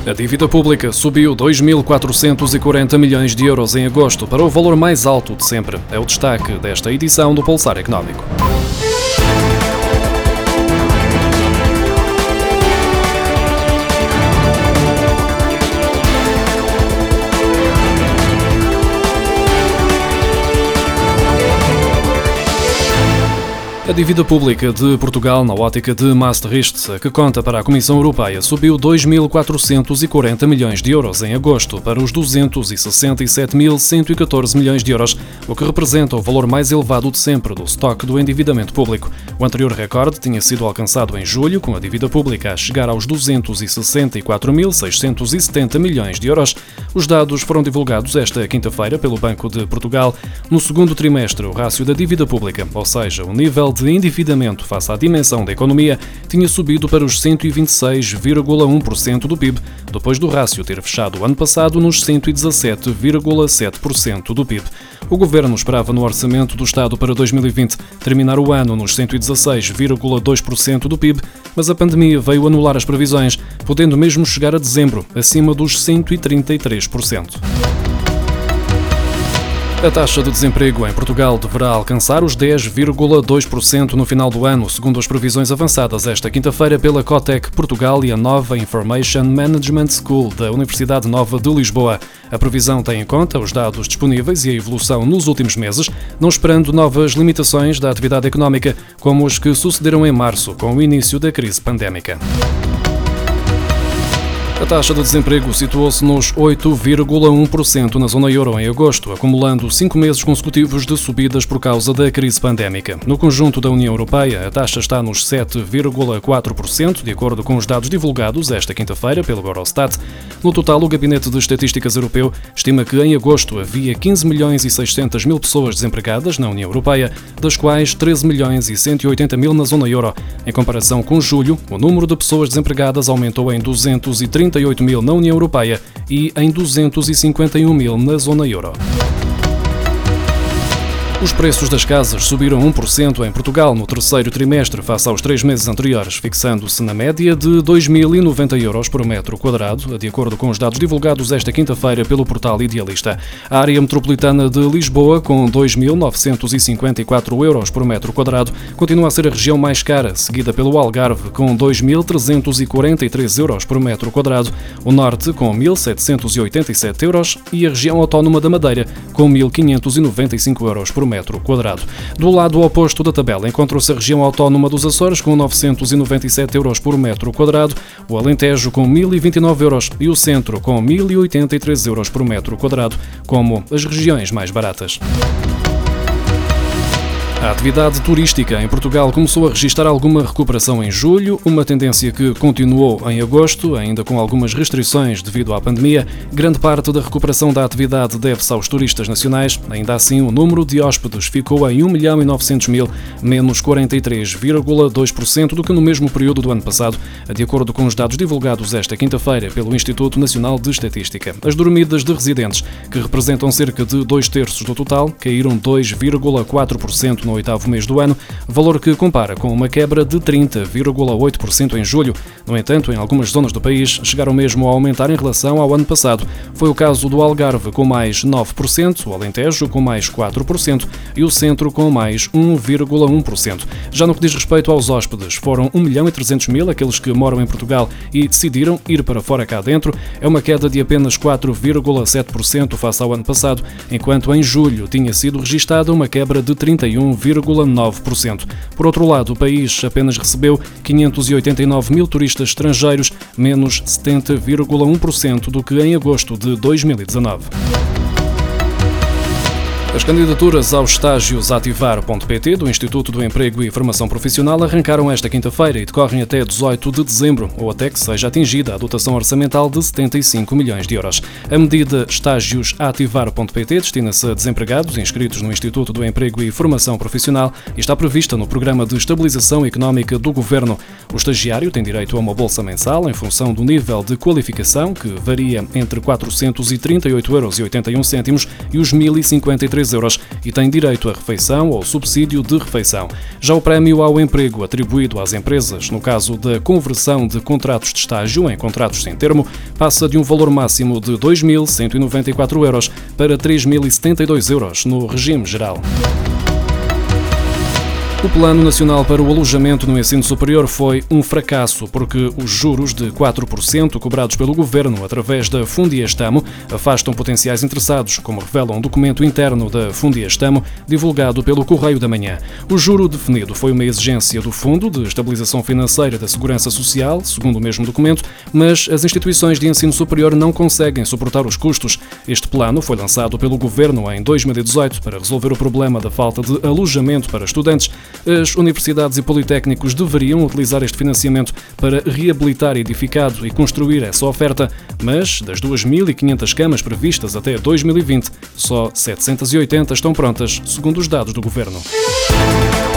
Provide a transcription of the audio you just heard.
A dívida pública subiu 2.440 milhões de euros em agosto para o valor mais alto de sempre. É o destaque desta edição do Pulsar Económico. A dívida pública de Portugal, na ótica de Maastricht, que conta para a Comissão Europeia, subiu 2.440 milhões de euros em agosto para os 267.114 milhões de euros, o que representa o valor mais elevado de sempre do estoque do endividamento público. O anterior recorde tinha sido alcançado em julho, com a dívida pública a chegar aos 264.670 milhões de euros. Os dados foram divulgados esta quinta-feira pelo Banco de Portugal. No segundo trimestre, o rácio da dívida pública, ou seja, o nível de endividamento face à dimensão da economia, tinha subido para os 126,1% do PIB, depois do rácio ter fechado o ano passado nos 117,7% do PIB. O Governo esperava no Orçamento do Estado para 2020 terminar o ano nos 116,2% do PIB, mas a pandemia veio anular as previsões, podendo mesmo chegar a dezembro acima dos 133%. A taxa de desemprego em Portugal deverá alcançar os 10,2% no final do ano, segundo as previsões avançadas esta quinta-feira pela Cotec Portugal e a Nova Information Management School da Universidade Nova de Lisboa. A previsão tem em conta os dados disponíveis e a evolução nos últimos meses, não esperando novas limitações da atividade económica, como as que sucederam em março, com o início da crise pandémica. A taxa de desemprego situou-se nos 8,1% na zona euro em agosto, acumulando 5 meses consecutivos de subidas por causa da crise pandémica. No conjunto da União Europeia, a taxa está nos 7,4%, de acordo com os dados divulgados esta quinta-feira pelo Eurostat. No total, o Gabinete de Estatísticas Europeu estima que em agosto havia 15.600.000 pessoas desempregadas na União Europeia, das quais 13.180.000 na zona euro. Em comparação com julho, o número de pessoas desempregadas aumentou em 238.000 na União Europeia e em 251.000 na zona euro. Os preços das casas subiram 1% em Portugal no terceiro trimestre face aos 3 meses anteriores, fixando-se na média de 2.090 euros por metro quadrado, de acordo com os dados divulgados esta quinta-feira pelo portal Idealista. A área metropolitana de Lisboa, com 2.954 euros por metro quadrado, continua a ser a região mais cara, seguida pelo Algarve, com 2.343 euros por metro quadrado, o Norte, com 1.787 euros e a região autónoma da Madeira, com 1.595 euros por metro quadrado. Do lado oposto da tabela encontra-se a região autónoma dos Açores com 997 euros por metro quadrado, o Alentejo com 1.029 euros e o Centro com 1.083 euros por metro quadrado, como as regiões mais baratas. A atividade turística em Portugal começou a registrar alguma recuperação em julho, uma tendência que continuou em agosto, ainda com algumas restrições devido à pandemia. Grande parte da recuperação da atividade deve-se aos turistas nacionais. Ainda assim, o número de hóspedes ficou em 1.900.000, menos 43,2% do que no mesmo período do ano passado, de acordo com os dados divulgados esta quinta-feira pelo Instituto Nacional de Estatística. As dormidas de residentes, que representam cerca de 2/3 do total, caíram 2,4% no oitavo mês do ano, valor que compara com uma quebra de 30,8% em julho. No entanto, em algumas zonas do país, chegaram mesmo a aumentar em relação ao ano passado. Foi o caso do Algarve, com mais 9%, o Alentejo com mais 4% e o Centro com mais 1,1%. Já no que diz respeito aos hóspedes, foram 1.300.000 aqueles que moram em Portugal e decidiram ir para fora cá dentro. É uma queda de apenas 4,7% face ao ano passado, enquanto em julho tinha sido registada uma quebra de 31,9%. Por outro lado, o país apenas recebeu 589.000 turistas estrangeiros, menos 70,1% do que em agosto de 2019. As candidaturas aos estágios Ativar.pt do Instituto do Emprego e Formação Profissional arrancaram esta quinta-feira e decorrem até 18 de dezembro, ou até que seja atingida a dotação orçamental de 75 milhões de euros. A medida Estágios Ativar.pt destina-se a desempregados inscritos no Instituto do Emprego e Formação Profissional e está prevista no Programa de Estabilização Económica do Governo. O estagiário tem direito a uma bolsa mensal em função do nível de qualificação, que varia entre 438,81 euros e os 1.053 €1.193 e tem direito a refeição ou subsídio de refeição. Já o prémio ao emprego atribuído às empresas, no caso da conversão de contratos de estágio em contratos sem termo, passa de um valor máximo de €2.194 para €3.072 no regime geral. O Plano Nacional para o Alojamento no Ensino Superior foi um fracasso porque os juros de 4% cobrados pelo Governo através da Fundiestamo afastam potenciais interessados, como revela um documento interno da Fundiestamo divulgado pelo Correio da Manhã. O juro definido foi uma exigência do Fundo de Estabilização Financeira da Segurança Social, segundo o mesmo documento, mas as instituições de ensino superior não conseguem suportar os custos. Este plano foi lançado pelo Governo em 2018 para resolver o problema da falta de alojamento para estudantes. As universidades e politécnicos deveriam utilizar este financiamento para reabilitar edificado e construir essa oferta, mas das 2.500 camas previstas até 2020, só 780 estão prontas, segundo os dados do Governo.